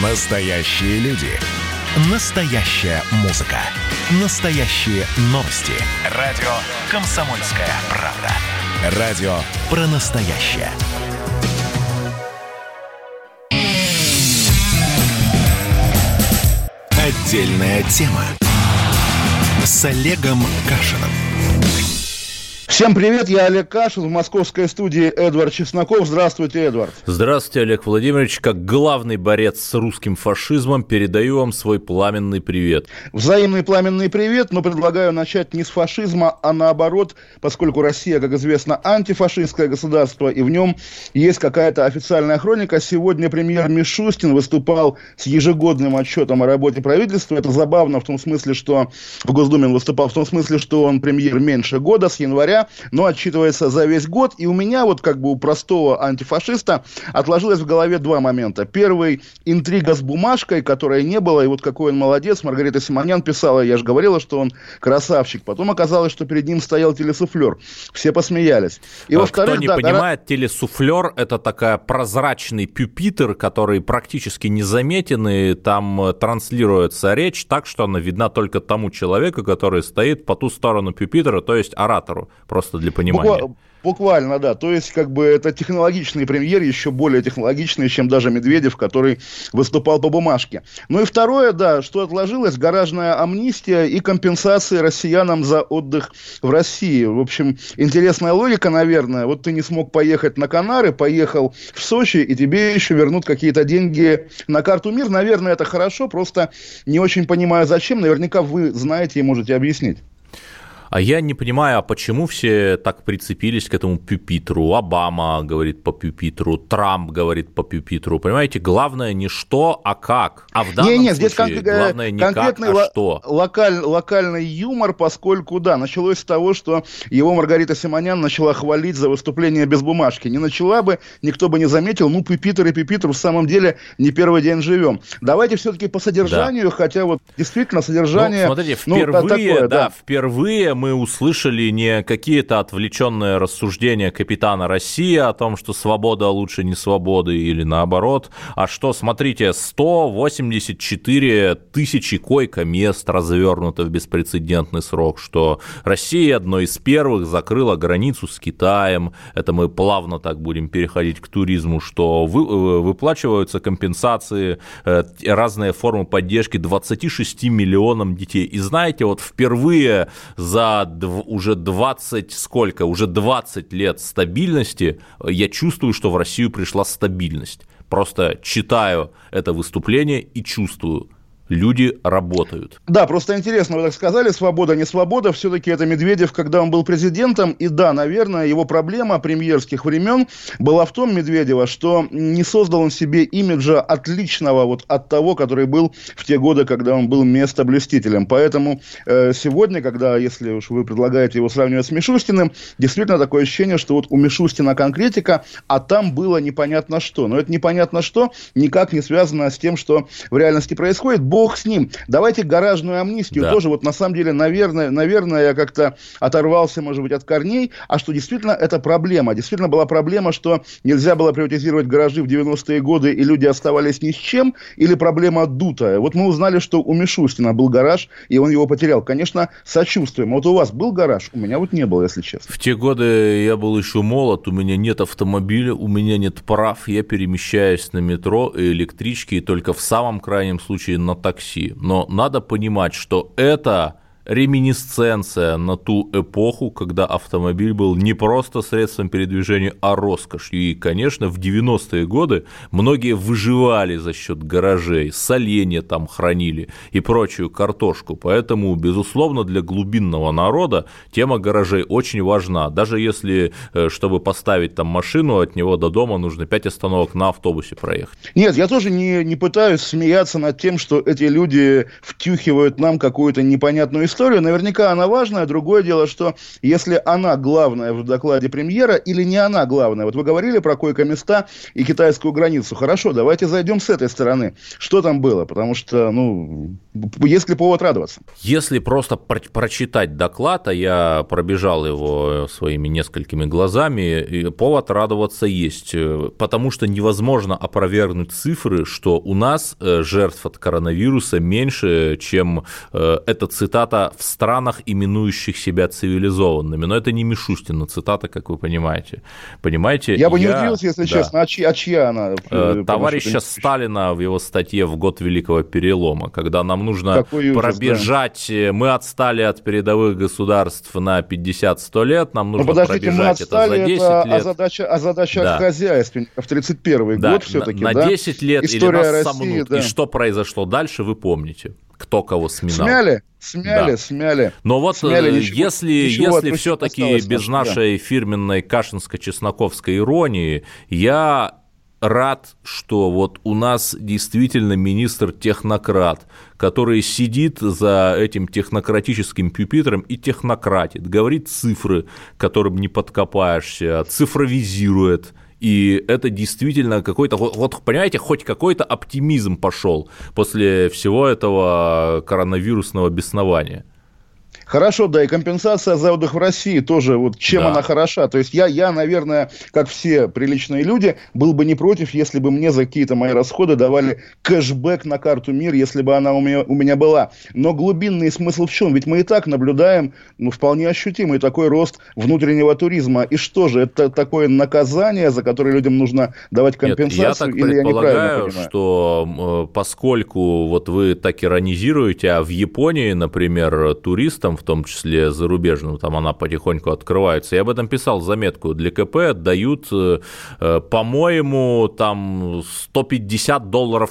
Настоящие люди. Настоящая музыка. Настоящие новости. Радио «Комсомольская правда». Радио про настоящее. Отдельная тема. С Олегом Кашиным. Всем привет, я Олег Кашин, в московской студии Эдвард Чесноков. Здравствуйте, Эдвард. Здравствуйте, Олег Владимирович. Как главный борец с русским фашизмом передаю вам свой пламенный привет. Взаимный пламенный привет, но предлагаю начать не с фашизма, а наоборот, поскольку Россия, как известно, антифашистское государство, и в нем есть какая-то официальная хроника. Сегодня премьер Мишустин выступал с ежегодным отчетом о работе правительства. Это забавно в том смысле, что в Госдуме он выступал в том смысле, что он премьер меньше года, с января, но отчитывается за весь год. И у меня, вот как бы у простого антифашиста, отложилось в голове два момента. Первый – интрига с бумажкой, которой не было, и вот какой он молодец. Маргарита Симонян писала, я же говорила, что он красавчик. Потом оказалось, что перед ним стоял телесуфлер. Все посмеялись. И во-вторых, кто не понимает, телесуфлер – это такая прозрачный пюпитр, который практически незаметен, и там транслируется речь так, что она видна только тому человеку, который стоит по ту сторону пюпитра, то есть оратору. Просто для понимания. Буквально, да. То есть, как бы, это технологичный премьер, еще более технологичный, чем даже Медведев, который выступал по бумажке. Ну и второе, да, что отложилось, гаражная амнистия и компенсации россиянам за отдых в России. В общем, интересная логика, наверное. Вот ты не смог поехать на Канары, поехал в Сочи, и тебе еще вернут какие-то деньги на карту МИР. Наверное, это хорошо, просто не очень понимаю, зачем. Наверняка вы знаете и можете объяснить. А я не понимаю, а почему все так прицепились к этому пюпитру? Обама говорит по пюпитру, Трамп говорит по пюпитру. Понимаете, главное не что, а как. А в данном случае главное не как, а что. Локальный юмор, поскольку, да, началось с того, что его Маргарита Симонян начала хвалить за выступление без бумажки. Не начала бы, никто бы не заметил, ну, пюпитр и пюпитр, в самом деле не первый день живем. Давайте все-таки по содержанию, да. Хотя вот действительно содержание... Ну, смотрите, впервые, впервые мы услышали не какие-то отвлеченные рассуждения капитана России о том, что свобода лучше не свободы или наоборот, а что, смотрите, 184 тысячи койко-мест развернуто в беспрецедентный срок, что Россия одной из первых закрыла границу с Китаем, это мы плавно так будем переходить к туризму, что выплачиваются компенсации, разные формы поддержки 26 миллионам детей. И знаете, вот впервые за уже 20 лет стабильности я чувствую, что в Россию пришла стабильность. Просто читаю это выступление и чувствую. Люди работают. Да, просто интересно, вы так сказали, свобода, не свобода, все-таки это Медведев, когда он был президентом, и да, наверное, его проблема премьерских времен была в том, Медведева, что не создал он себе имиджа отличного вот от того, который был в те годы, когда он был местоблюстителем. Поэтому сегодня, когда, если уж вы предлагаете его сравнивать с Мишустиным, действительно такое ощущение, что вот у Мишустина конкретика, а там было непонятно что. Но это непонятно что никак не связано с тем, что в реальности происходит. Бог с ним. Давайте гаражную амнистию тоже. Вот на самом деле, наверное, я как-то оторвался, может быть, от корней, а что действительно это проблема. Действительно была проблема, что нельзя было приватизировать гаражи в 90-е годы, и люди оставались ни с чем, или проблема дутая. Вот мы узнали, что у Мишустина был гараж, и он его потерял. Конечно, сочувствуем. Вот у вас был гараж? У меня вот не было, если честно. В те годы я был еще молод, у меня нет автомобиля, у меня нет прав, я перемещаюсь на метро и электричке, и только в самом крайнем случае на такси. Но надо понимать, что это реминисценция на ту эпоху, когда автомобиль был не просто средством передвижения, а роскошью. И, конечно, в 90-е годы многие выживали за счет гаражей, соленья там хранили и прочую картошку. Поэтому, безусловно, для глубинного народа тема гаражей очень важна. Даже если, чтобы поставить там машину, от него до дома нужно 5 остановок на автобусе проехать. Нет, я тоже не пытаюсь смеяться над тем, что эти люди втюхивают нам какую-то непонятную историю. Наверняка она важная. Другое дело, что если она главная в докладе премьера или не она главная. Вот вы говорили про койко-места и китайскую границу. Хорошо, давайте зайдем с этой стороны. Что там было? Потому что, Есть ли повод радоваться? Если просто прочитать доклад, а я пробежал его своими несколькими глазами, повод радоваться есть, потому что невозможно опровергнуть цифры, что у нас жертв от коронавируса меньше, чем эта цитата в странах, именующих себя цивилизованными. Но это не Мишустина цитата, как вы понимаете. Я бы не удивился, если честно, а чья она? Товарища Сталина в его статье «В год Великого Перелома», когда нам нужно пробежать, мы отстали от передовых государств на 50-100 лет, нам нужно пробежать это за 10 лет. А задача хозяйственников, 31-й год все-таки, на 10 лет история или нас России, сомнут. И что произошло дальше, вы помните. Кто кого сминал. Смяли. Но вот если все-таки без нашей да. фирменной кашинско-чесноковской иронии, я рад, что вот у нас действительно министр-технократ, который сидит за этим технократическим пюпитром и технократит, говорит цифры, которым не подкопаешься, цифровизирует. И это действительно какой-то, вот понимаете, хоть какой-то оптимизм пошел после всего этого коронавирусного беснования. Хорошо, да, и компенсация за отдых в России тоже, вот чем она хороша. То есть я, наверное, как все приличные люди, был бы не против, если бы мне за какие-то мои расходы давали кэшбэк на карту МИР, если бы она у меня была. Но глубинный смысл в чем? Ведь мы и так наблюдаем вполне ощутимый такой рост внутреннего туризма. И что же, это такое наказание, за которое людям нужно давать компенсацию? Нет, я так предполагаю, что поскольку вот вы так иронизируете, а в Японии, например, туристам, в том числе зарубежным, там она потихоньку открывается. Я об этом писал заметку. Для КП дают, по-моему, там $150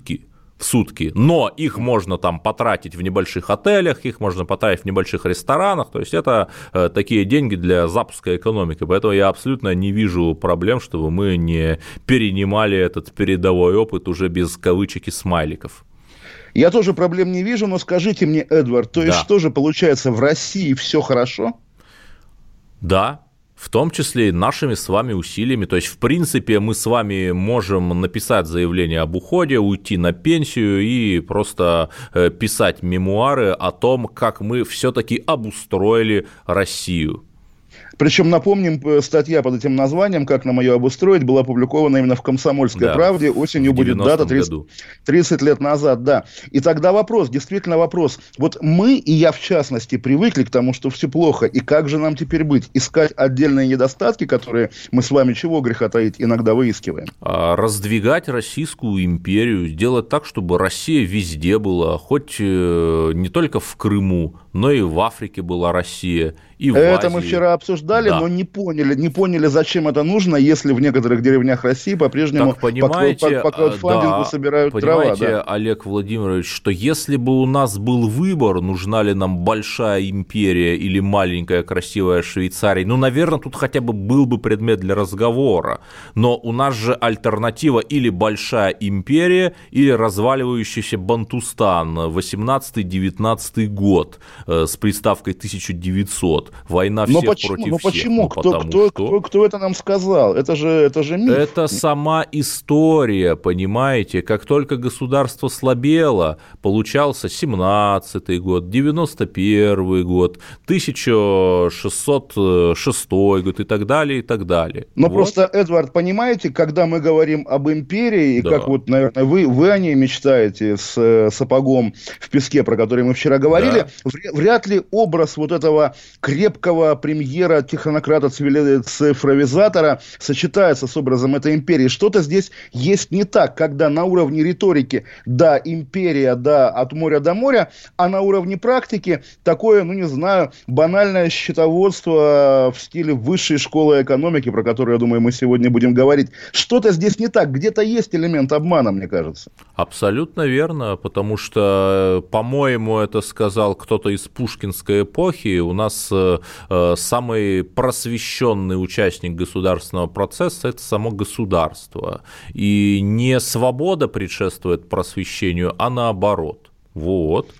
в сутки. Но их можно там потратить в небольших отелях, их можно потратить в небольших ресторанах. То есть это такие деньги для запуска экономики. Поэтому я абсолютно не вижу проблем, чтобы мы не перенимали этот передовой опыт уже без кавычек и смайликов. Я тоже проблем не вижу, но скажите мне, Эдвард, то есть что же получается, в России все хорошо? Да, в том числе и нашими с вами усилиями. То есть, в принципе, мы с вами можем написать заявление об уходе, уйти на пенсию и просто писать мемуары о том, как мы все-таки обустроили Россию. Причем, напомним, статья под этим названием «Как нам ее обустроить» была опубликована именно в «Комсомольской правде». Осенью будет дата 30 лет назад. Да. И тогда действительно вопрос. Вот мы, и я в частности, привыкли к тому, что все плохо. И как же нам теперь быть? Искать отдельные недостатки, которые мы с вами, чего греха таить, иногда выискиваем? Раздвигать Российскую империю, сделать так, чтобы Россия везде была, хоть не только в Крыму, но и в Африке была Россия, и в Азии. Это мы вчера обсуждали, но не поняли, зачем это нужно, если в некоторых деревнях России по-прежнему по краудфандингу собирают дрова. Понимаете, Олег Владимирович, что если бы у нас был выбор, нужна ли нам большая империя или маленькая красивая Швейцария, наверное, тут хотя бы был бы предмет для разговора. Но у нас же альтернатива или большая империя, или разваливающийся Бантустан, 18-19 год с приставкой 1900. Война всех против всех. Но почему? Кто это нам сказал? Это же миф. Это сама история, понимаете? Как только государство слабело, получался 17-й год, 91-й год, 1606 год и так далее, и так далее. Но просто, Эдвард, понимаете, когда мы говорим об империи, и как вот, наверное, вы о ней мечтаете с сапогом в песке, про который мы вчера говорили, вряд ли образ вот этого крепкого премьера, технократа, цифровизатора сочетается с образом этой империи. Что-то здесь есть не так, когда на уровне риторики, да, империя, да, от моря до моря, а на уровне практики такое, банальное счетоводство в стиле высшей школы экономики, про которую, я думаю, мы сегодня будем говорить. Что-то здесь не так, где-то есть элемент обмана, мне кажется. Абсолютно верно, потому что, по-моему, это сказал кто-то из пушкинской эпохи. У нас самый просвещенный участник государственного процесса – это само государство. И не свобода предшествует просвещению, а наоборот. Вот.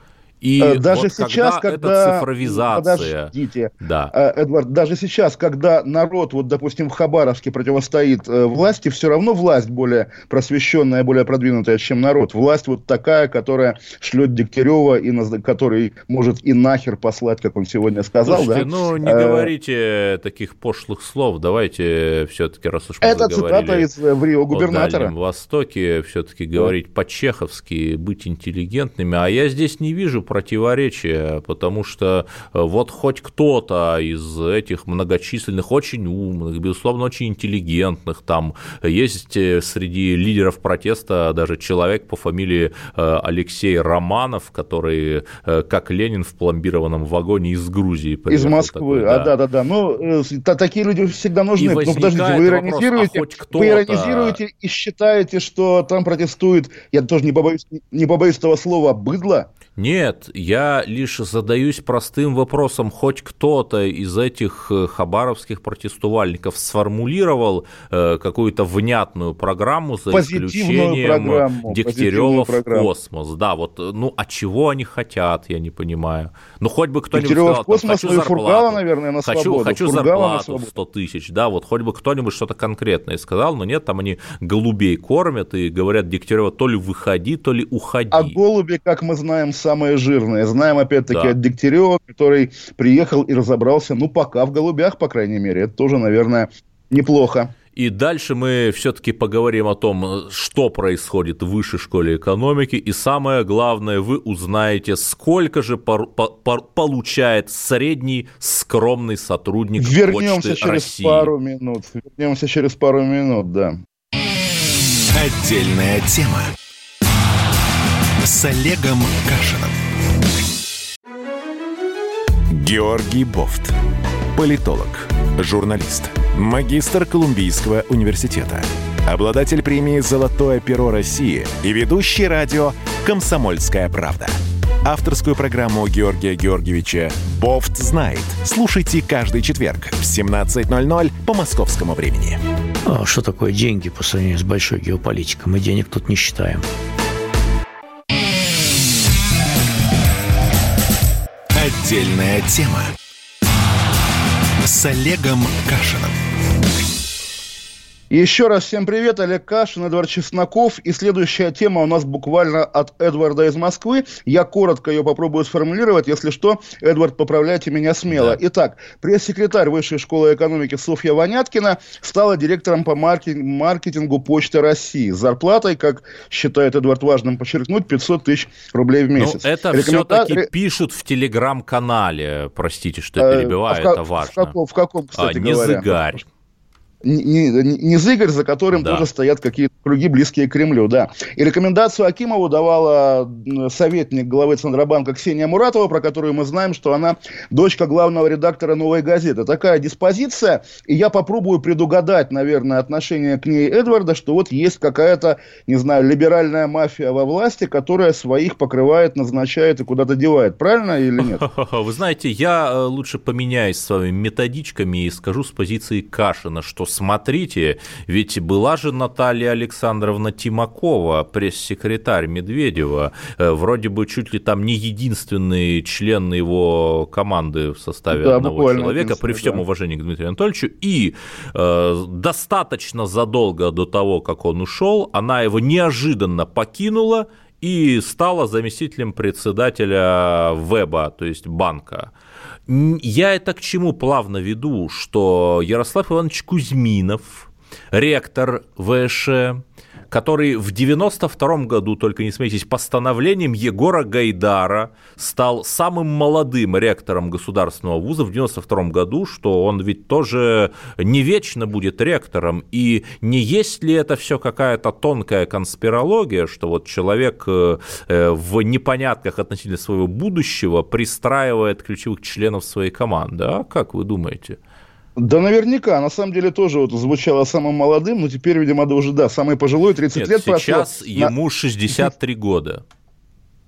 И даже вот сейчас, когда эта цифровизация... Подождите, да. Эдвард, даже сейчас, когда народ, вот, допустим, в Хабаровске противостоит власти, все равно власть более просвещенная, более продвинутая, чем народ. Власть вот такая, которая шлет Дегтярева, и который может и нахер послать, как он сегодня сказал. Слушайте, да? Не говорите таких пошлых слов. Давайте все-таки, раз уж мы заговорили из Рио губернатора. О Дальнем Востоке, все-таки говорить по-чеховски, быть интеллигентными. А я здесь не вижу противоречия, потому что вот хоть кто-то из этих многочисленных, очень умных, безусловно, очень интеллигентных, там есть среди лидеров протеста даже человек по фамилии Алексей Романов, который, как Ленин в пломбированном вагоне из Грузии приехал. Из Москвы, такой, да. Ну, такие люди всегда нужны. Ну, подождите, вы иронизируете и считаете, что там протестует, я тоже не побоюсь этого слова, быдло? Нет, я лишь задаюсь простым вопросом, хоть кто-то из этих хабаровских протестувальников сформулировал какую-то внятную программу за исключением Дегтярева в космос. Да, вот, от чего они хотят, я не понимаю. Хоть бы кто-нибудь Дегтярева сказал, в космос, хочу зарплату, Фургала, наверное, на свободу. Хочу зарплату в 100 тысяч, да, вот хоть бы кто-нибудь что-то конкретное сказал, но нет, там они голубей кормят и говорят Дегтярева то ли выходи, то ли уходи. А голуби, как мы знаем, самые жирные. Знаем, опять-таки, от Дегтярева, который приехал и разобрался, пока в голубях, по крайней мере. Это тоже, наверное, неплохо. И дальше мы все-таки поговорим о том, что происходит в высшей школе экономики. И самое главное, вы узнаете, сколько же получает средний скромный сотрудник Почты России. Вернемся через пару минут, да. Отдельная тема с Олегом Кашиным. Георгий Бофт. Политолог, журналист, магистр Колумбийского университета, обладатель премии «Золотое перо России» и ведущий радио «Комсомольская правда». Авторскую программу Георгия Георгиевича «Бофт знает». Слушайте каждый четверг в 17:00 по московскому времени. Что такое деньги по сравнению с большой геополитикой? Мы денег тут не считаем. Отдельная тема с Олегом Кашиным. Еще раз всем привет, Олег Кашин, Эдвард Чесноков. И следующая тема у нас буквально от Эдварда из Москвы. Я коротко ее попробую сформулировать. Если что, Эдвард, поправляйте меня смело. Да. Итак, пресс-секретарь Высшей школы экономики Софья Воняткина стала директором по маркетингу Почты России. С зарплатой, как считает Эдвард важным подчеркнуть, 500 тысяч рублей в месяц. Это все-таки пишут в телеграм-канале. Простите, что я перебиваю, это важно. В каком, кстати говоря? Не зыгарь. Не Зыгорь, за которым тоже стоят какие-то круги, близкие к Кремлю, да. И рекомендацию Акимову давала советник главы Центробанка Ксения Муратова, про которую мы знаем, что она дочка главного редактора «Новой газеты». Такая диспозиция, и я попробую предугадать, наверное, отношение к ней Эдварда, что вот есть какая-то, не знаю, либеральная мафия во власти, которая своих покрывает, назначает и куда-то девает. Правильно или нет? Вы знаете, я лучше поменяюсь с вами методичками и скажу с позиции Кашина, что смотрите, ведь была же Наталья Александровна Тимакова, пресс-секретарь Медведева, вроде бы чуть ли там не единственный член его команды в составе одного человека, при всем уважении к Дмитрию Анатольевичу, и достаточно задолго до того, как он ушел, она его неожиданно покинула и стала заместителем председателя ВЭБа, то есть банка. Я это к чему плавно веду, что Ярослав Иванович Кузьминов, ректор ВШ, который в 92-м году, только не смейтесь, постановлением Егора Гайдара стал самым молодым ректором государственного вуза в 92-м году, что он ведь тоже не вечно будет ректором, и не есть ли это все какая-то тонкая конспирология, что вот человек в непонятках относительно своего будущего пристраивает ключевых членов своей команды, а как вы думаете? Да, наверняка. На самом деле тоже вот звучало самым молодым, но теперь, видимо, да, уже, самый пожилой, 30 лет прошло. Сейчас ему 63 года.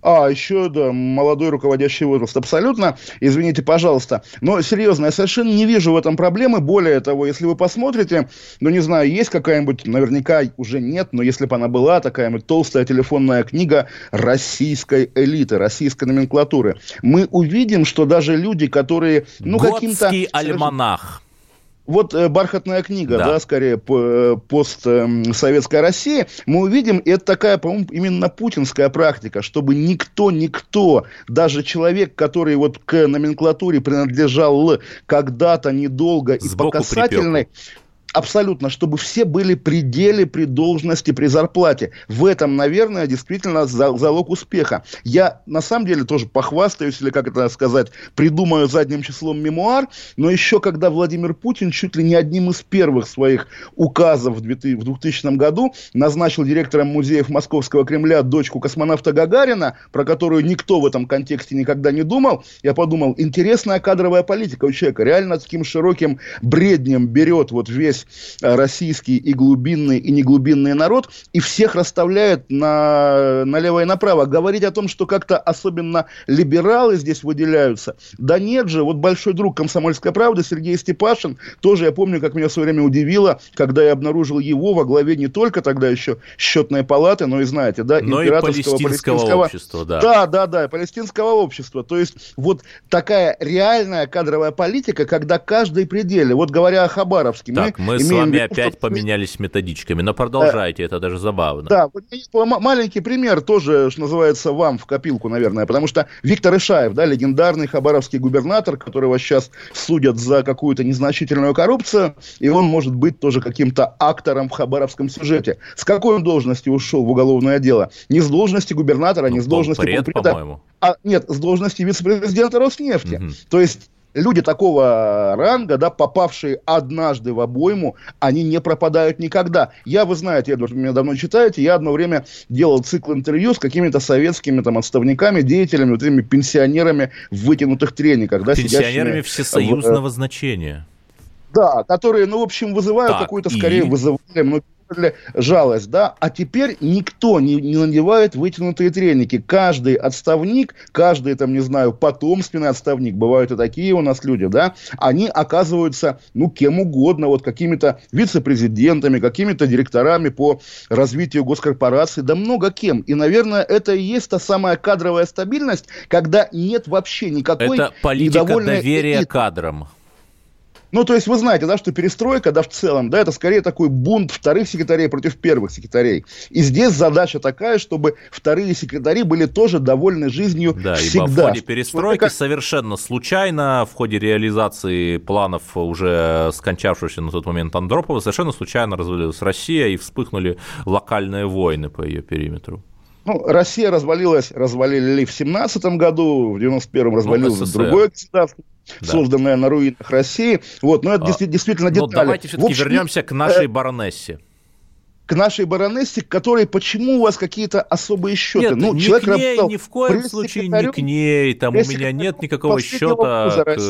Еще, да, молодой руководящий возраст. Абсолютно, извините, пожалуйста. Но серьезно, я совершенно не вижу в этом проблемы. Более того, если вы посмотрите, ну, не знаю, есть какая-нибудь, наверняка уже нет, но если бы она была, такая-нибудь толстая телефонная книга российской элиты, российской номенклатуры, мы увидим, что даже люди, которые, ну, каким-то... Готский альманах. Вот бархатная книга, да, скорее постсоветская Россия, мы увидим, и это такая, по-моему, именно путинская практика, чтобы никто, даже человек, который вот к номенклатуре принадлежал когда-то недолго и по касательной... Абсолютно, чтобы все были при деле, при должности, при зарплате. В этом, наверное, действительно залог успеха. Я, на самом деле, тоже похвастаюсь, или, как это сказать, придумаю задним числом мемуар, но еще когда Владимир Путин чуть ли не одним из первых своих указов в 2000 году назначил директором музеев Московского Кремля дочку космонавта Гагарина, про которую никто в этом контексте никогда не думал, я подумал, интересная кадровая политика у человека. Реально таким широким бреднем берет вот весь российский и глубинный, и неглубинный народ, и всех расставляет налево и направо. Говорить о том, что как-то особенно либералы здесь выделяются, да нет же, вот большой друг «Комсомольской правды» Сергей Степашин, тоже я помню, как меня в свое время удивило, когда я обнаружил его во главе не только тогда еще Счетной палаты, но и, знаете, да, императорского палестинского общества, да. Да, палестинского общества. То есть вот такая реальная кадровая политика, когда каждый пределе, вот говоря о Хабаровске, мы с вами опять поменялись методичками, но продолжайте, это даже забавно. Да, маленький пример тоже, что называется, вам в копилку, наверное, потому что Виктор Ишаев, да, легендарный хабаровский губернатор, которого сейчас судят за какую-то незначительную коррупцию, и он может быть тоже каким-то актором в хабаровском сюжете. С какой он должности ушел в уголовное дело? Не с должности губернатора, не с должности полпреда, по-моему. Нет, с должности вице-президента Роснефти. То есть люди такого ранга, да, попавшие однажды в обойму, они не пропадают никогда. Вы знаете, Эдвард, вы меня давно читаете, я одно время делал цикл интервью с какими-то советскими там отставниками, деятелями, вот этими пенсионерами в вытянутых трениках. Да, пенсионерами всесоюзного значения. Да, которые, ну, в общем, вызывают какую-то, скорее, вызывали многие жалость, да, а теперь никто не надевает вытянутые треники. Каждый отставник, каждый, там, не знаю, потомственный отставник, бывают и такие у нас люди, да, они оказываются, ну, кем угодно, вот какими-то вице-президентами, какими-то директорами по развитию госкорпораций, да много кем. И, наверное, это и есть та самая кадровая стабильность, когда нет вообще никакой... Это политика доверия кадрам. Ну, то есть, вы знаете, да, что перестройка, да, в целом, да, это скорее такой бунт вторых секретарей против первых секретарей. И здесь задача такая, чтобы вторые секретари были тоже довольны жизнью всегда. Ибо в ходе перестройки совершенно случайно, в ходе реализации планов уже скончавшегося на тот момент Андропова, совершенно случайно развалилась Россия и вспыхнули локальные войны по ее периметру. Ну, Россия развалили в 17-м году, в 91-м развалилось другое государство, созданное на руинах России. Вот, но это действительно детали. Но давайте все-таки вернемся к нашей баронессе. К нашей баронессе, к которой почему у вас какие-то особые счеты? Нет, человек к ней, ни в коем случае не к ней. Там у меня нет никакого счета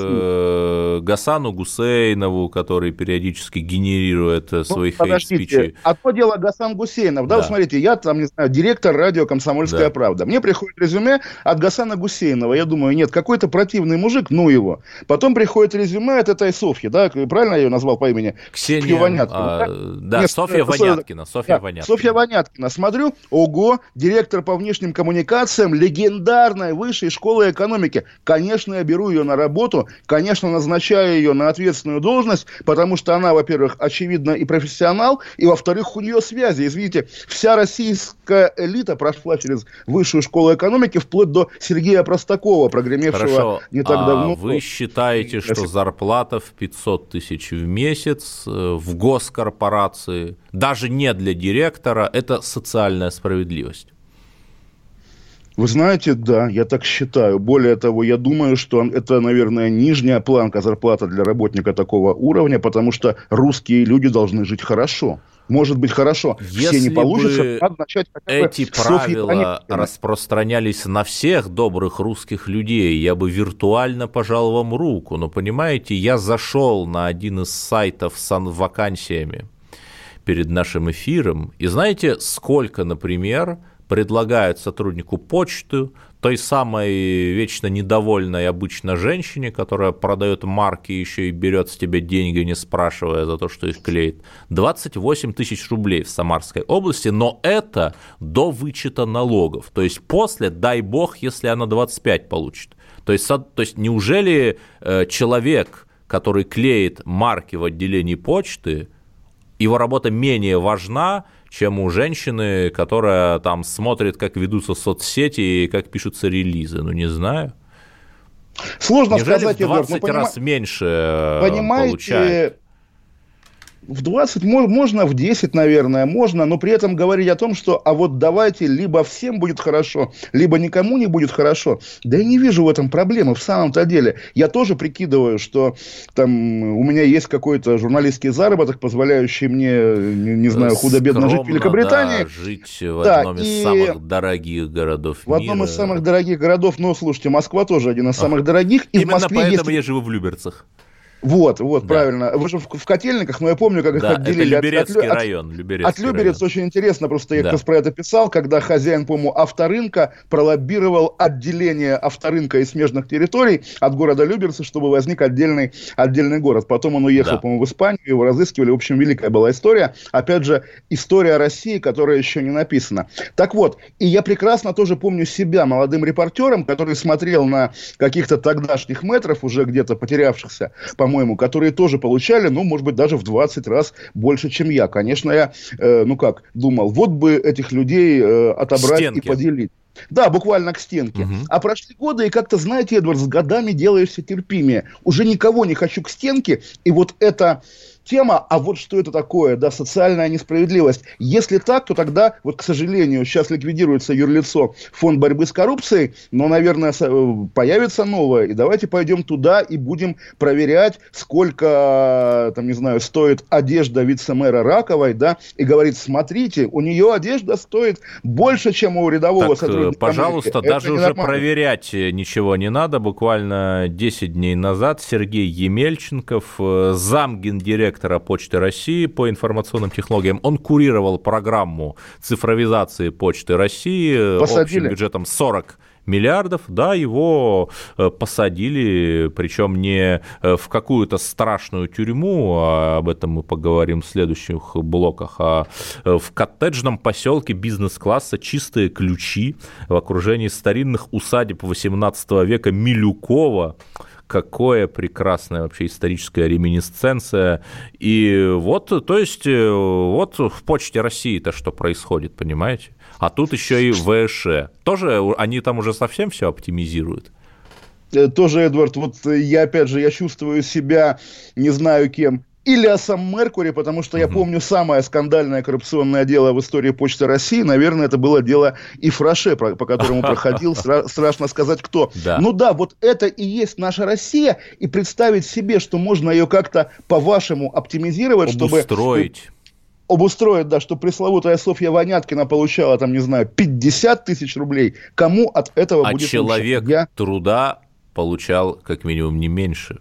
к Гасану Гусейнову, который периодически генерирует своих хейт-спичей. Одно дело Гасан Гусейнов. Да, вот смотрите, я там, не знаю, директор радио «Комсомольская правда». Мне приходит резюме от Гасана Гусейнова. Я думаю, нет, какой-то противный мужик, ну его. Потом приходит резюме от этой Софьи, да, правильно я ее назвал по имени? Ксения Ваняткина. Да, Софья Ваняткина. Софья Ваняткина. Смотрю, ого, директор по внешним коммуникациям легендарной высшей школы экономики. Конечно, я беру ее на работу, конечно, назначаю ее на ответственную должность, потому что она, во-первых, очевидно и профессионал, и, во-вторых, у нее связи. Извините, вся российская элита прошла через высшую школу экономики, вплоть до Сергея Простакова, прогремевшего не так давно. Вы считаете, что зарплата в 500 тысяч в месяц в госкорпорации, даже не для директора, это социальная справедливость? Вы знаете, да, я так считаю. Более того, я думаю, что это, наверное, нижняя планка зарплаты для работника такого уровня, потому что русские люди должны жить хорошо. Может быть, хорошо. Если все не получится, надо начать хотя бы эти правила распространялись на всех добрых русских людей, я бы виртуально пожал вам руку. Но, понимаете, я зашел на один из сайтов с вакансиями перед нашим эфиром, и знаете, сколько, например, предлагают сотруднику почты, той самой вечно недовольной обычно женщине, которая продает марки еще и берет с тебя деньги, не спрашивая за то, что их клеит, 28 тысяч рублей в Самарской области, но это до вычета налогов. То есть после, дай бог, если она 25 получит. То есть неужели человек, который клеит марки в отделении почты, его работа менее важна, чем у женщины, которая там смотрит, как ведутся соцсети и как пишутся релизы? Ну, не знаю. Сложно неужели сказать, в 20 раз меньше получает? В 20 можно, в 10, наверное, можно, но при этом говорить о том, что а вот давайте либо всем будет хорошо, либо никому не будет хорошо. Да я не вижу в этом проблемы в самом-то деле. Я тоже прикидываю, что там у меня есть какой-то журналистский заработок, позволяющий мне, не знаю, худо-бедно жить в Великобритании. Да, жить в одном из самых дорогих городов мира. В одном из самых дорогих городов, но, слушайте, Москва тоже один из самых дорогих. И именно в Москве поэтому я живу в Люберцах. Вот, да. Правильно. Вы же в Котельниках, но я помню, как их отделили это Люберецкий район. От Люберец очень интересно, просто я как раз про это писал, когда хозяин, по-моему, авторынка пролоббировал отделение авторынка и смежных территорий от города Люберцы, чтобы возник отдельный город. Потом он уехал, по-моему, в Испанию, его разыскивали. В общем, великая была история. Опять же, история России, которая еще не написана. Так вот, и я прекрасно тоже помню себя молодым репортером, который смотрел на каких-то тогдашних мэтров, уже где-то потерявшихся, по-моему, которые тоже получали, ну, может быть, даже в 20 раз больше, чем я. Конечно, я, думал, вот бы этих людей отобрать и поделить. Да, буквально к стенке. Угу. А прошли годы, и как-то, знаете, Эдвард, с годами делаешься терпимее. Уже никого не хочу к стенке, и вот эта тема, а вот что это такое, да, социальная несправедливость. Если так, то тогда, вот, к сожалению, сейчас ликвидируется юрлицо Фонд борьбы с коррупцией, но, наверное, появится новое, и давайте пойдем туда и будем проверять, сколько, там, не знаю, стоит одежда вице-мэра Раковой, да, и говорить, смотрите, у нее одежда стоит больше, чем у рядового сотрудника. Пожалуйста, даже уже проверять ничего не надо. Буквально 10 дней назад Сергей Емельченков, замгендиректора Почты России по информационным технологиям, он курировал программу цифровизации Почты России общим бюджетом 40 миллиардов, да, его посадили, причем не в какую-то страшную тюрьму, об этом мы поговорим в следующих блоках, а в коттеджном поселке бизнес-класса, чистые ключи в окружении старинных усадеб XVIII века Милюкова. Какое прекрасная вообще историческая реминисценция. И вот, то есть, вот в Почте России-то что происходит, понимаете? А тут еще и ВШ. Тоже они там уже совсем все оптимизируют? Тоже, Эдвард, вот я, опять же, я чувствую себя, не знаю кем, Ильясом Меркури, потому что я помню самое скандальное коррупционное дело в истории Почты России. Наверное, это было дело Ифраше, по которому проходил, страшно сказать, кто. Да. Ну да, вот это и есть наша Россия, и представить себе, что можно ее как-то по-вашему оптимизировать, обустроить, да, чтобы пресловутая Софья Воняткина получала, там, не знаю, 50 тысяч рублей. Кому от этого будет лучше? А человек труда получал как минимум не меньше.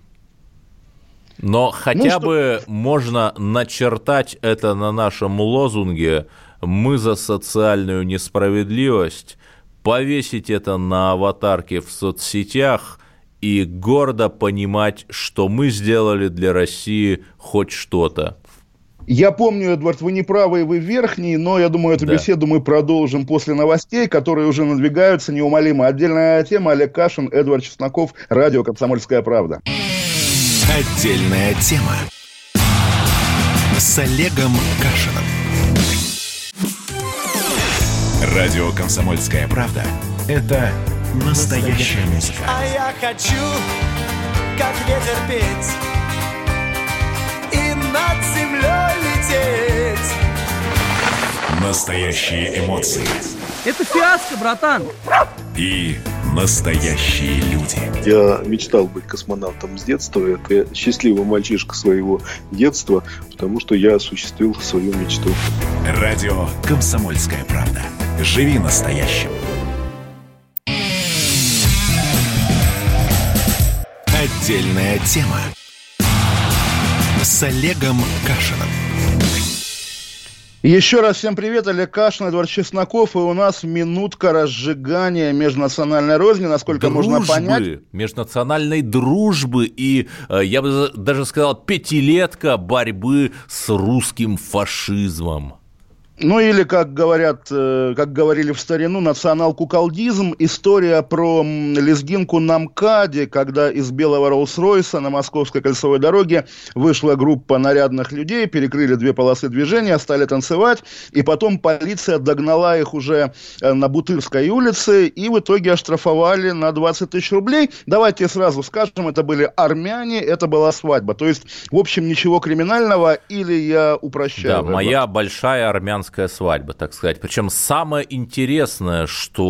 Но хотя бы можно начертать это на нашем лозунге «Мы за социальную несправедливость», повесить это на аватарке в соцсетях и гордо понимать, что мы сделали для России хоть что-то. Я помню, Эдвард, вы не правы, вы верхний, но я думаю, эту беседу мы продолжим после новостей, которые уже надвигаются неумолимо. Отдельная тема. Олег Кашин, Эдвард Чесноков, радио «Комсомольская правда». Отдельная тема с Олегом Кашиным. Радио «Комсомольская правда» — это настоящая музыка. А я хочу, как ветер, петь и над землей лететь. Настоящие эмоции. Это фиаско, братан. И настоящие люди. Я мечтал быть космонавтом с детства. Это счастливый мальчишка своего детства, потому что я осуществил свою мечту. Радио «Комсомольская правда». Живи настоящим. Отдельная тема с Олегом Кашиным. Еще раз всем привет, Олег Кашин, Эдвард Чесноков, и у нас минутка разжигания межнациональной розни, насколько можно понять. Межнациональной дружбы и, я бы даже сказал, пятилетка борьбы с русским фашизмом. Ну или, как говорили в старину, национал-куколдизм. История про лезгинку на МКАДе, когда из белого Роллс-Ройса на Московской кольцевой дороге вышла группа нарядных людей, перекрыли 2 полосы движения, стали танцевать, и потом полиция догнала их уже на Бутырской улице и в итоге оштрафовали на 20 тысяч рублей. Давайте сразу скажем, это были армяне, это была свадьба. То есть, в общем, ничего криминального, или я упрощаю. Да, моя большая армянская свадьба, так сказать. Причем самое интересное,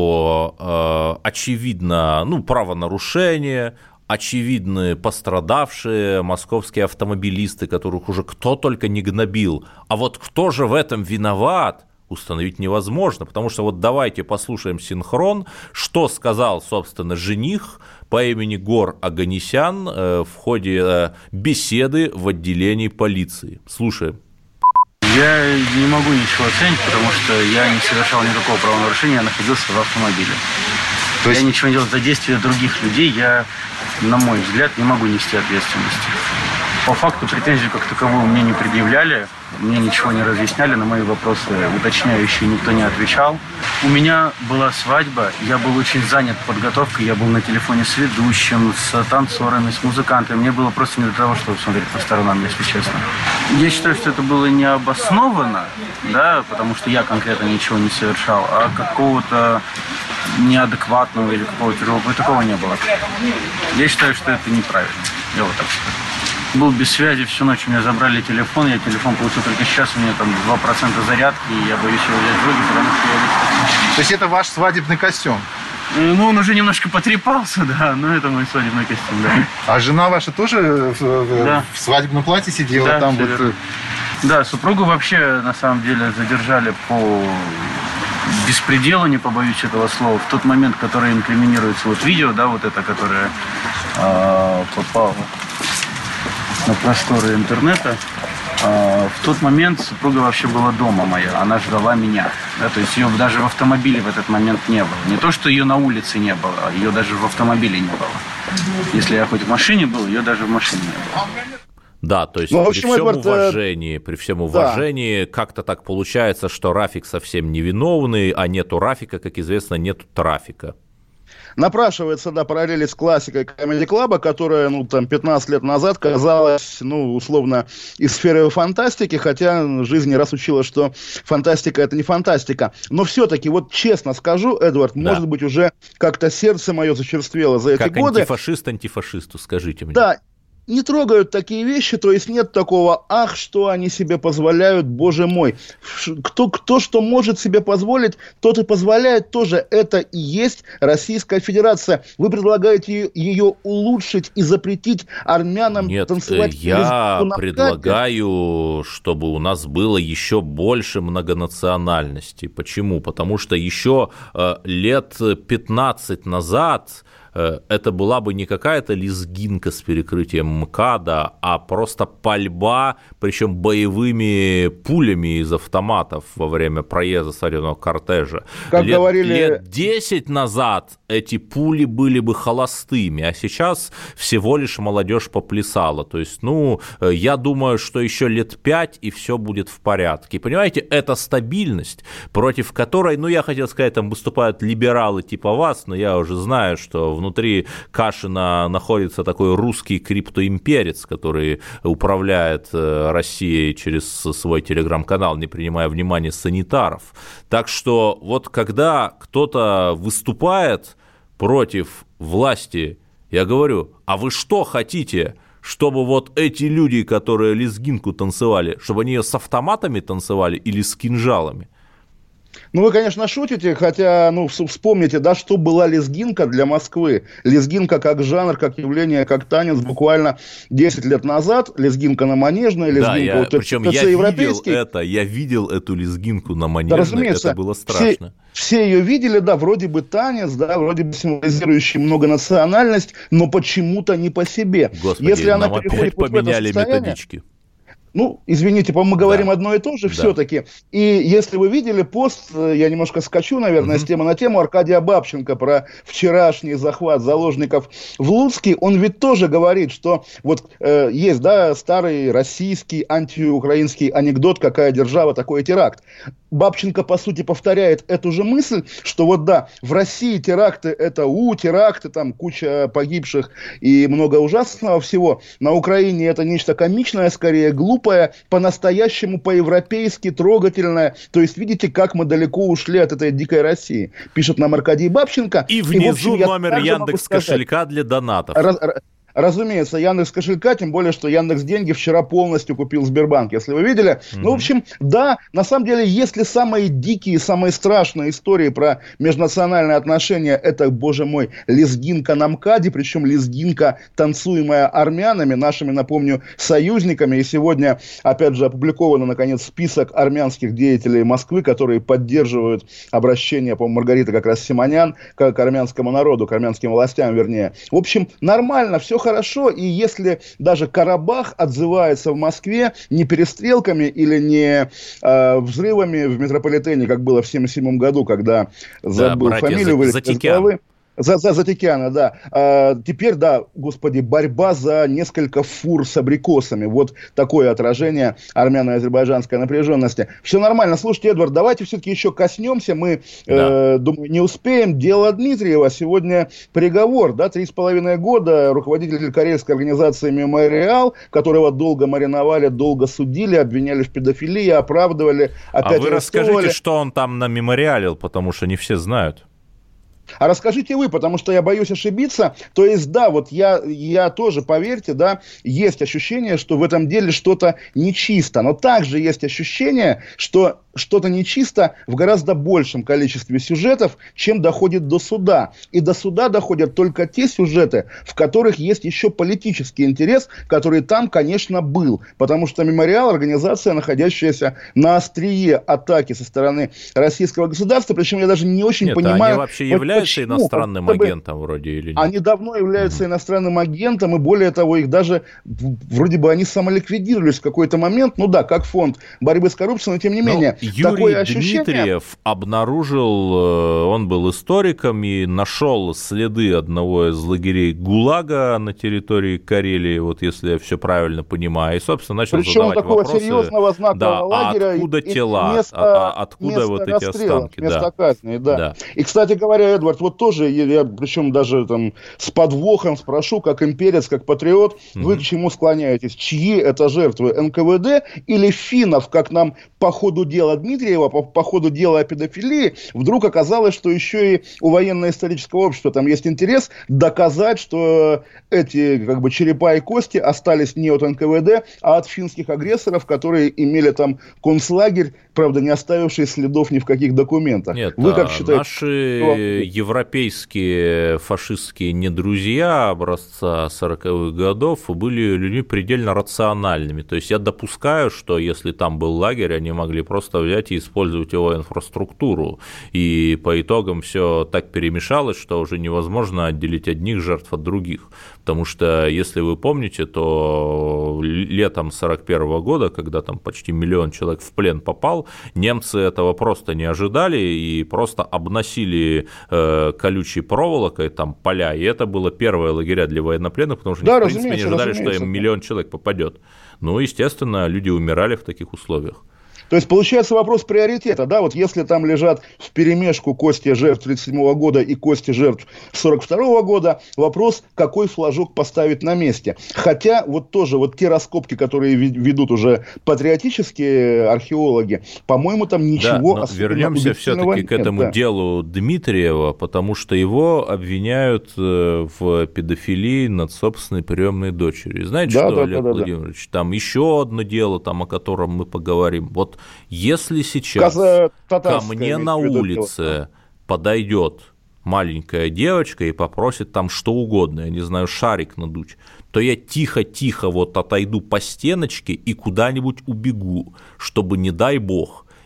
что очевидно, правонарушение, очевидны пострадавшие московские автомобилисты, которых уже кто только не гнобил. А вот кто же в этом виноват, установить невозможно, потому что вот давайте послушаем синхрон, что сказал, собственно, жених по имени Гор Оганесян в ходе беседы в отделении полиции. Слушаем. Я не могу ничего оценить, потому что я не совершал никакого правонарушения, я находился в автомобиле. То есть... Я ничего не делал за действия других людей, я, на мой взгляд, не могу нести ответственности. По факту претензию как таковую мне не предъявляли, мне ничего не разъясняли, на мои вопросы уточняющие никто не отвечал. У меня была свадьба, я был очень занят подготовкой, я был на телефоне с ведущим, с танцорами, с музыкантами. Мне было просто не до того, чтобы смотреть по сторонам, если честно. Я считаю, что это было необоснованно, да, потому что я конкретно ничего не совершал, а какого-то неадекватного или какого-то другого, такого не было. Я считаю, что это неправильно. Я вот так считаю. Был без связи всю ночь, у меня забрали телефон, я телефон получил только сейчас, у меня там 2% зарядки, и я боюсь его взять в руки, потому что я... То есть это ваш свадебный костюм? Ну, он уже немножко потрепался, да, но это мой свадебный костюм, да. А жена ваша тоже в свадебном платье сидела? Да, там вот... Да, супругу вообще, на самом деле, задержали по беспределу, не побоюсь этого слова, в тот момент, который инкриминируется, вот видео, да, вот это, которое попало на просторы интернета. В тот момент супруга вообще была дома моя, она ждала меня. Да, то есть ее даже в автомобиле в этот момент не было. Не то, что ее на улице не было, а ее даже в автомобиле не было. Если я хоть в машине был, ее даже в машине не было. Да, то есть при всем уважении, как-то так получается, что Рафик совсем невиновный, а нету Рафика, как известно, нету трафика. Напрашивается, да, параллели с классикой Comedy Club, которая, 15 лет назад казалась, условно, из сферы фантастики, хотя жизнь не раз учила, что фантастика – это не фантастика. Но все-таки, вот честно скажу, Эдвард, да. Может быть, уже как-то сердце мое зачерствело за эти годы. Как антифашист антифашисту, скажите мне. Да. Не трогают такие вещи, то есть нет такого, что они себе позволяют, боже мой. Кто что может себе позволить, тот и позволяет тоже. Это и есть Российская Федерация. Вы предлагаете ее улучшить и запретить армянам танцевать? Я предлагаю, чтобы у нас было еще больше многонациональности. Почему? Потому что еще лет 15 назад... это была бы не какая-то лезгинка с перекрытием МКАДа, а просто пальба, причем боевыми пулями из автоматов во время проезда свадебного кортежа. Лет 10 назад эти пули были бы холостыми, а сейчас всего лишь молодежь поплясала. То есть, я думаю, что еще лет 5 и все будет в порядке. Понимаете, это стабильность, против которой, я хотел сказать, там выступают либералы типа вас, но я уже знаю, что внутри Кашина находится такой русский криптоимперец, который управляет Россией через свой телеграм-канал, не принимая внимания санитаров. Так что вот когда кто-то выступает против власти, я говорю, а вы что хотите? Чтобы вот эти люди, которые лезгинку танцевали, чтобы они ее с автоматами танцевали или с кинжалами? Вы, конечно, шутите, хотя, вспомните, да, что была лезгинка для Москвы. Лезгинка как жанр, как явление, как танец буквально 10 лет назад. Лезгинка на Манежной, лезгинка причем я видел эту лезгинку на Манежной, разумеется, это было страшно. Все ее видели, да, вроде бы танец, да, вроде бы символизирующий многонациональность, но почему-то не по себе. Господи, если она нам опять поменяли методички. Ну, извините, по-моему, мы говорим одно и то же все-таки. И если вы видели пост, я немножко скачу, наверное, с темы на тему, Аркадия Бабченко про вчерашний захват заложников в Луцке, он ведь тоже говорит, что вот есть, да, старый российский антиукраинский анекдот «Какая держава, такой теракт». Бабченко, по сути, повторяет эту же мысль, что вот да, в России теракты это теракты, там куча погибших и много ужасного всего. На Украине это нечто комичное, скорее глупое, по-настоящему по-европейски трогательное. То есть видите, как мы далеко ушли от этой дикой России. Пишет нам Аркадий Бабченко. И внизу номер Яндекс.Кошелька для донатов. Разумеется, Яндекс.Кошелька, тем более, что Яндекс.Деньги вчера полностью купил Сбербанк, если вы видели. Ну, в общем, да, на самом деле, если самые дикие, самые страшные истории про межнациональные отношения, это, боже мой, лезгинка на МКАДе, причем лезгинка, танцуемая армянами, нашими, напомню, союзниками. И сегодня, опять же, опубликован, наконец, список армянских деятелей Москвы, которые поддерживают обращение, по-моему, Маргариты как раз Симонян к армянскому народу, к армянским властям, вернее. В общем, нормально, все хорошо, и если даже Карабах отзывается в Москве не перестрелками или не взрывами в метрополитене, как было в 1977 году, когда забыл фамилию, вылез из головы. Затикяна, да. Теперь, да, господи, борьба за несколько фур с абрикосами. Вот такое отражение армяно-азербайджанской напряженности. Все нормально. Слушайте, Эдвард, давайте все-таки еще коснемся. Мы, думаю, не успеем. Дело Дмитриева. Сегодня приговор, да, 3,5 года. Руководитель карельской организации «Мемориал», которого долго мариновали, долго судили, обвиняли в педофилии, оправдывали, опять вы расскажите, что он там намемориалил, потому что не все знают. А расскажите вы, потому что я боюсь ошибиться. То есть, да, вот я тоже, поверьте, да, есть ощущение, что в этом деле что-то нечисто. Но также есть ощущение, что что-то нечисто в гораздо большем количестве сюжетов, чем доходит до суда. И до суда доходят только те сюжеты, в которых есть еще политический интерес, который там, конечно, был. Потому что «Мемориал» — организация, находящаяся на острие атаки со стороны российского государства. Причем я даже не очень понимаю... Они вообще являются иностранным агентом вроде или нет? Они давно являются иностранным агентом, и более того, их даже, вроде бы, они самоликвидировались в какой-то момент. Ну да, как фонд борьбы с коррупцией, но тем не менее... Юрий Дмитриев обнаружил, он был историком и нашел следы одного из лагерей ГУЛАГа на территории Карелии, вот если я все правильно понимаю, и, собственно, начал задавать вопросы. Причем такого серьезного знакового лагеря. Откуда тела, откуда вот эти останки. Место казни, да. И, кстати говоря, Эдвард, вот тоже, я причем даже там с подвохом спрошу, как имперец, как патриот, вы к чему склоняетесь? Чьи это жертвы, НКВД или финнов, как нам по ходу дела Дмитриева, по ходу дела о педофилии, вдруг оказалось, что еще и у военно-исторического общества там есть интерес доказать, что эти как бы черепа и кости остались не от НКВД, а от финских агрессоров, которые имели там концлагерь, правда, не оставивший следов ни в каких документах. Нет, вы как считаете? Наши европейские фашистские недрузья образца 40-х годов были людьми предельно рациональными. То есть я допускаю, что если там был лагерь, они могли просто взять и использовать его инфраструктуру. И по итогам все так перемешалось, что уже невозможно отделить одних жертв от других. Потому что, если вы помните, то летом 1941 года, когда там почти 1 миллион человек в плен попал, немцы этого просто не ожидали и просто обносили колючей проволокой там поля, и это было первое лагеря для военнопленных, потому что они, в принципе, не ожидали, что им 1 миллион человек попадет. Ну, естественно, люди умирали в таких условиях. То есть, получается вопрос приоритета, да, вот если там лежат вперемешку кости жертв 1937 года и кости жертв 1942 года, вопрос, какой флажок поставить на месте. Хотя, вот тоже, вот те раскопки, которые ведут уже патриотические археологи, по-моему, там ничего особенного. Вернемся все-таки к этому делу Дмитриева, потому что его обвиняют в педофилии над собственной приемной дочерью. Знаете что, Олег Владимирович, там еще одно дело, там, о котором мы поговорим. Вот если сейчас ко мне на улице подойдет маленькая девочка и попросит там что угодно, я не знаю, шарик надуть, то я тихо-тихо вот отойду по стеночке и куда-нибудь убегу, чтобы, не дай бог,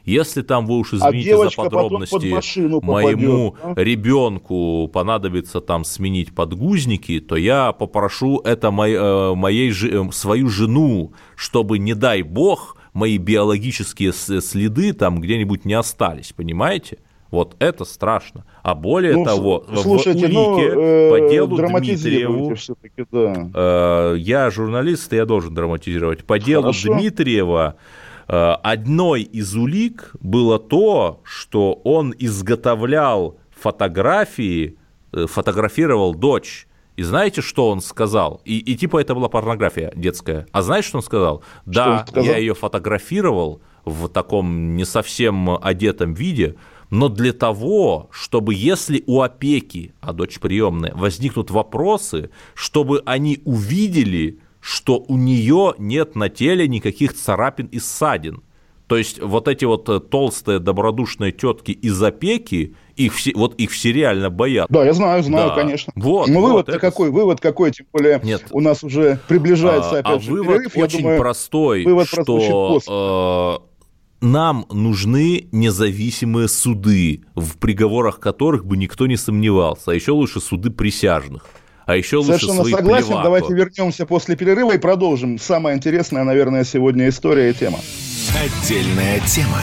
Если там, вы уж извините за подробности, моему ребенку понадобится там сменить подгузники, то я попрошу это свою жену, чтобы, не дай бог, мои биологические следы там где-нибудь не остались, понимаете? Вот это страшно. А более того, слушайте, в улике по делу Дмитриеву, да. Я журналист, я должен драматизировать, по делу Дмитриева одной из улик было то, что он изготовлял фотографии, фотографировал дочь. И знаете, что он сказал? И типа это была порнография детская. А знаете, что он сказал? Да, я ее фотографировал в таком не совсем одетом виде, но для того, чтобы если у опеки, а дочь приемная, возникнут вопросы, чтобы они увидели, что у нее нет на теле никаких царапин и ссадин. То есть вот эти вот толстые добродушные тетки из опеки, их все реально боятся. Да, я знаю, да. Конечно. Вот, вывод какой, тем более нет. У нас уже приближается опять же вывод перерыв. очень простой, что нам нужны независимые суды, в приговорах которых бы никто не сомневался, а еще лучше суды присяжных. А еще лучше совершенно согласен. Плеваку. Давайте вернемся после перерыва и продолжим. Самая интересная, наверное, сегодня история и тема. Отдельная тема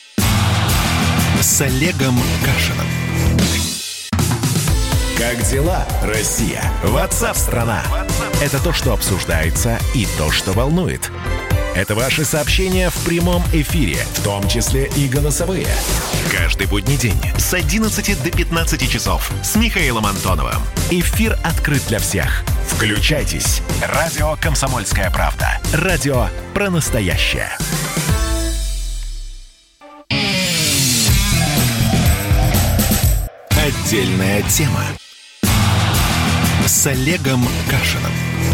с Олегом Кашиным. Как дела, Россия? WhatsApp-страна. Это то, что обсуждается, и то, что волнует. Это ваши сообщения в прямом эфире, в том числе и голосовые. Каждый будний день с 11 до 15 часов с Михаилом Антоновым. Эфир открыт для всех. Включайтесь. Радио «Комсомольская правда». Радио про настоящее. Отдельная тема с Олегом Кашиным.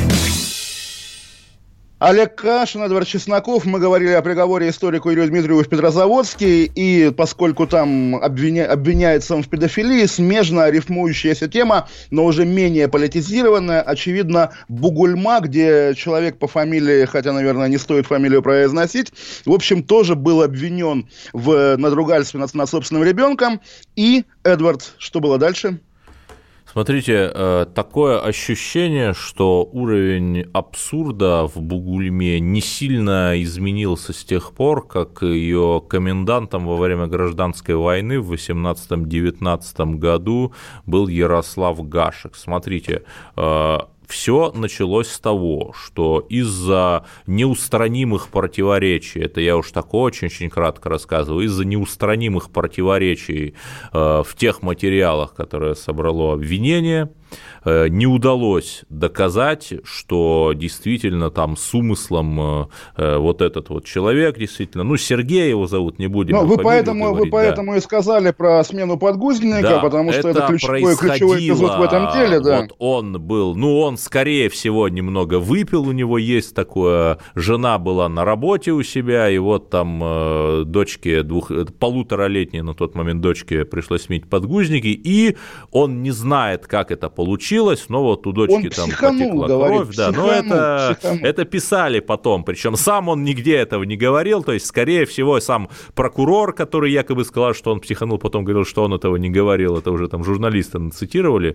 Олег Кашин, Эдвард Чесноков. Мы говорили о приговоре историку Юрию Дмитриеву в Петрозаводске. И поскольку там обвиняется он в педофилии, смежно рифмующаяся тема, но уже менее политизированная, очевидно, Бугульма, где человек по фамилии, хотя, наверное, не стоит фамилию произносить, в общем, тоже был обвинен в надругательстве над собственным ребенком. И, Эдвард, что было дальше? Смотрите, такое ощущение, что уровень абсурда в Бугульме не сильно изменился с тех пор, как ее комендантом во время гражданской войны в 18-19 году был Ярослав Гашек. Смотрите, все началось с того, что из-за неустранимых противоречий, это я уж так очень-очень кратко рассказываю, из-за неустранимых противоречий в тех материалах, которые собрало обвинение, не удалось доказать, что действительно там с умыслом вот этот вот человек, действительно, Сергей его зовут, не будем. Вы поэтому и сказали про смену подгузника, да, потому что это ключевой эпизод в этом деле. Да. Вот он был, он, скорее всего, немного выпил, у него есть такое, жена была на работе у себя, и вот там дочке, 1,5-летней на тот момент дочке пришлось сменить подгузники, и он не знает, как это получилось, но вот у дочки там потекла кровь, да, но это писали потом, причем сам он нигде этого не говорил, то есть, скорее всего, сам прокурор, который якобы сказал, что он психанул, потом говорил, что он этого не говорил, это уже там журналисты цитировали,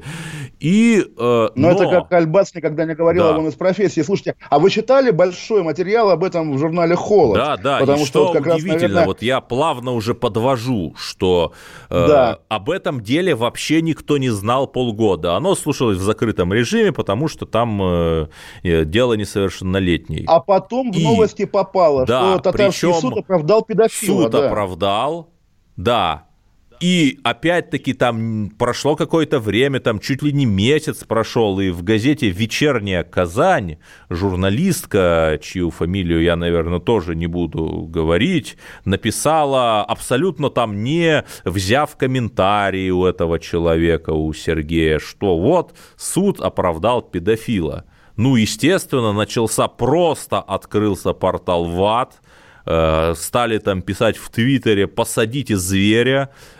но это как Альбац никогда не говорил, да. Он из профессии. Слушайте, а вы читали большой материал об этом в журнале «Холод»? Да, потому и что как удивительно, раз, наверное... вот я плавно уже подвожу, что об этом деле вообще никто не знал полгода, оно слушалось в закрытом режиме, потому что там дело несовершеннолетнее. А потом в новости попало, что татарский суд оправдал педофила. Суд оправдал, да. И опять-таки там прошло какое-то время, там чуть ли не месяц прошел, и в газете «Вечерняя Казань» журналистка, чью фамилию я, наверное, тоже не буду говорить, написала, абсолютно там не взяв комментарии у этого человека, у Сергея, что вот суд оправдал педофила. Естественно, открылся портал ВАД, стали там писать в Твиттере «посадите зверя»,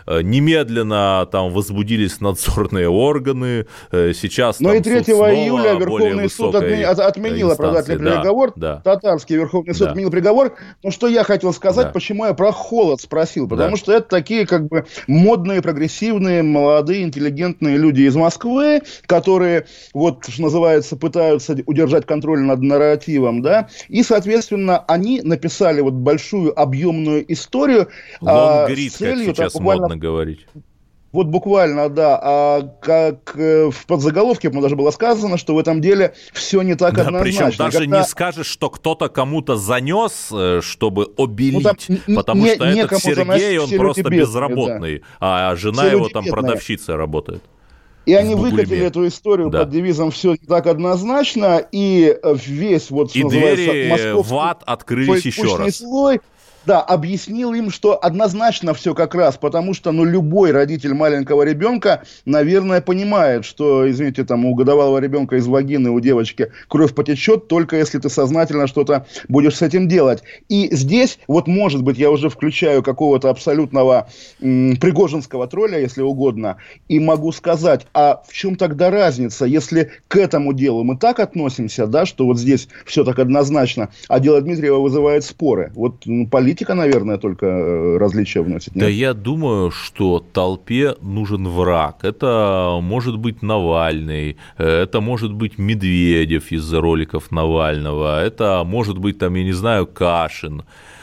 немедленно там возбудились надзорные органы, сейчас но там и 3 июля Верховный суд отменил оправдательный приговор, татарский Верховный суд отменил приговор. Но что я хотел сказать, почему я про холод спросил, потому что это такие как бы модные, прогрессивные, молодые, интеллигентные люди из Москвы, которые, вот, что называется, пытаются удержать контроль над нарративом, да, и, соответственно, они написали вот большую объемную историю. Лонгрид, как сейчас модно говорить. Вот буквально, да, как в подзаголовке даже было сказано, что в этом деле все не так однозначно. Причем даже не скажешь, что кто-то кому-то занес, чтобы обелить, потому что этот Сергей, он просто безработный, а жена его там продавщицей работает. И они выкатили эту историю под девизом «все не так однозначно», и весь, вот, что и называется, двери в ад открылись еще раз. Слой, да, объяснил им, что однозначно все как раз, потому что, ну, любой родитель маленького ребенка, наверное, понимает, что, извините, там, у годовалого ребенка из вагины у девочки кровь потечет, только если ты сознательно что-то будешь с этим делать. И здесь, вот, может быть, я уже включаю какого-то абсолютного пригожинского тролля, если угодно, и могу сказать, а в чем тогда разница, если к этому делу мы так относимся, да, что вот здесь все так однозначно, а дело Дмитриева вызывает споры. Вот политика, наверное, только различия вносит. Нет? Да я думаю, что толпе нужен враг. Это может быть Навальный, это может быть Медведев из-за роликов Навального, это может быть, там, я не знаю, Кашин.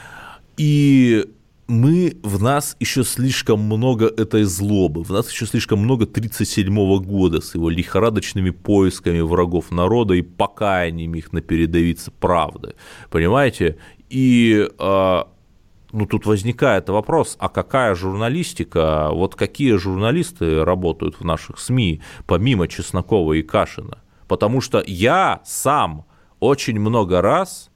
И в нас еще слишком много этой злобы, в нас еще слишком много 1937 года с его лихорадочными поисками врагов народа и покаянием их на передовице правды. Понимаете? И тут возникает вопрос, а какая журналистика, вот какие журналисты работают в наших СМИ, помимо Чеснокова и Кашина? Потому что я сам очень много раз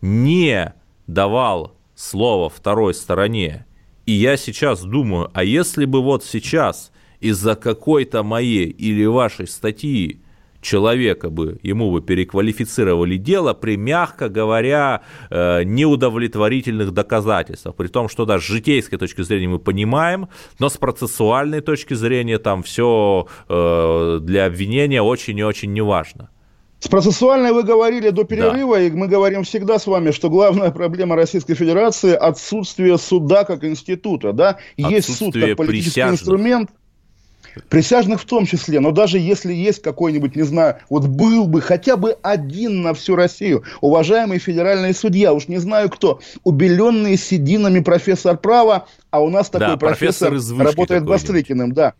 не давал слово второй стороне, и я сейчас думаю, а если бы вот сейчас из-за какой-то моей или вашей статьи человека ему бы переквалифицировали дело при, мягко говоря, неудовлетворительных доказательствах, при том, что даже с житейской точки зрения мы понимаем, но с процессуальной точки зрения там все для обвинения очень и очень неважно. С процессуальной вы говорили до перерыва, и мы говорим всегда с вами, что главная проблема Российской Федерации – отсутствие суда как института. Да? Есть суд как политический инструмент. Присяжных в том числе, но даже если есть какой-нибудь, не знаю, вот был бы хотя бы один на всю Россию уважаемый федеральный судья, уж не знаю кто, убеленный сединами профессор права, а у нас такой профессор работает Бастрыкиным, да.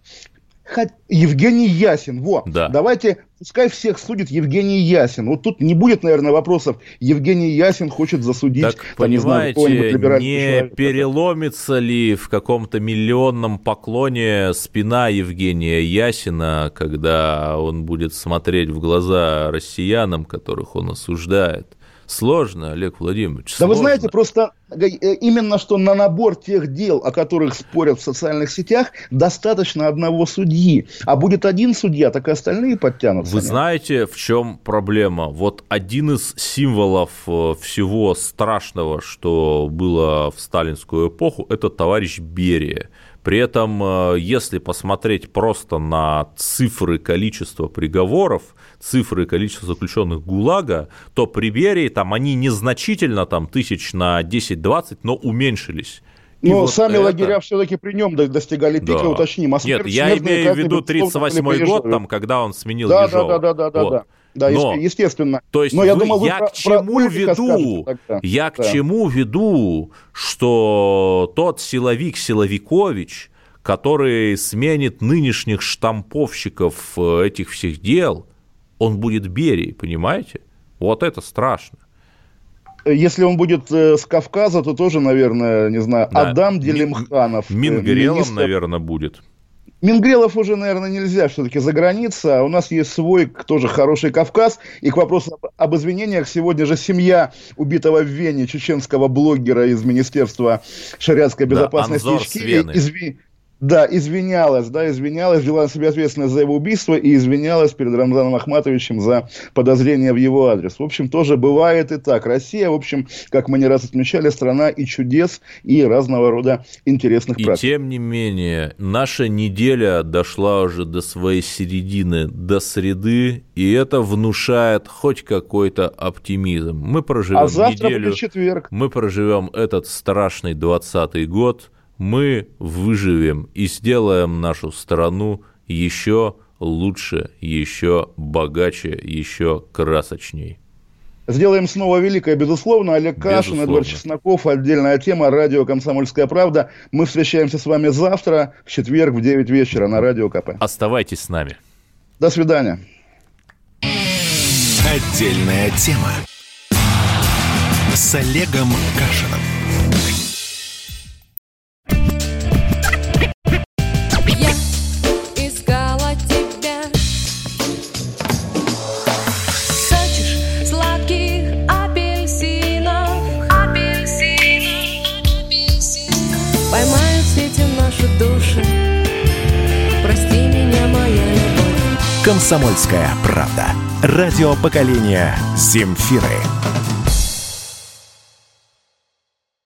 Евгений Ясин, давайте, пускай всех судит Евгений Ясин. Вот тут не будет, наверное, вопросов, Евгений Ясин хочет засудить, так, понимаете, не переломится ли в каком-то миллионном поклоне спина Евгения Ясина, когда он будет смотреть в глаза россиянам, которых он осуждает? Сложно, Олег Владимирович, сложно. Да вы знаете, просто именно что на набор тех дел, о которых спорят в социальных сетях, достаточно одного судьи. А будет один судья, так и остальные подтянутся. Вы знаете, в чем проблема? Вот один из символов всего страшного, что было в сталинскую эпоху, это товарищ Берия. При этом, если посмотреть просто на цифры количества приговоров, цифры количества заключенных ГУЛАГа, то при Берии там они незначительно, там, тысяч на 10-20, но уменьшились. Но вот сами лагеря все-таки при нем достигали пика, уточним. Нет, я имею в виду 1938 год, там, когда он сменил Ежова. Да. Да, но, естественно. То есть я думал, к чему веду, что тот силовик-силовикович, который сменит нынешних штамповщиков этих всех дел, он будет Берией, понимаете? Вот это страшно. Если он будет с Кавказа, то тоже, наверное, не знаю, да. Адам Делимханов. Мингрелом, наверное, будет. Мингрелов уже, наверное, нельзя, все-таки за граница. А у нас есть свой, тоже хороший Кавказ. И к вопросу об извинениях, сегодня же семья убитого в Вене чеченского блогера из Министерства шариатской безопасности Да, извинялась, взяла на себя ответственность за его убийство и извинялась перед Рамзаном Ахматовичем за подозрения в его адрес. В общем, тоже бывает и так. Россия, в общем, как мы не раз отмечали, страна и чудес, и разного рода интересных практик. И тем не менее, наша неделя дошла уже до своей середины, до среды, и это внушает хоть какой-то оптимизм. Мы проживем неделю, четверг. Мы проживем этот страшный 20-й год, мы выживем и сделаем нашу страну еще лучше, еще богаче, еще красочней. Сделаем снова великое, безусловно. Олег Кашин, Эдвард Чесноков, отдельная тема, радио «Комсомольская правда». Мы встречаемся с вами завтра, в четверг в 9 вечера на радио КП. Оставайтесь с нами. До свидания. Отдельная тема с Олегом Кашиным. «Комсомольская правда». Радио поколения Земфиры.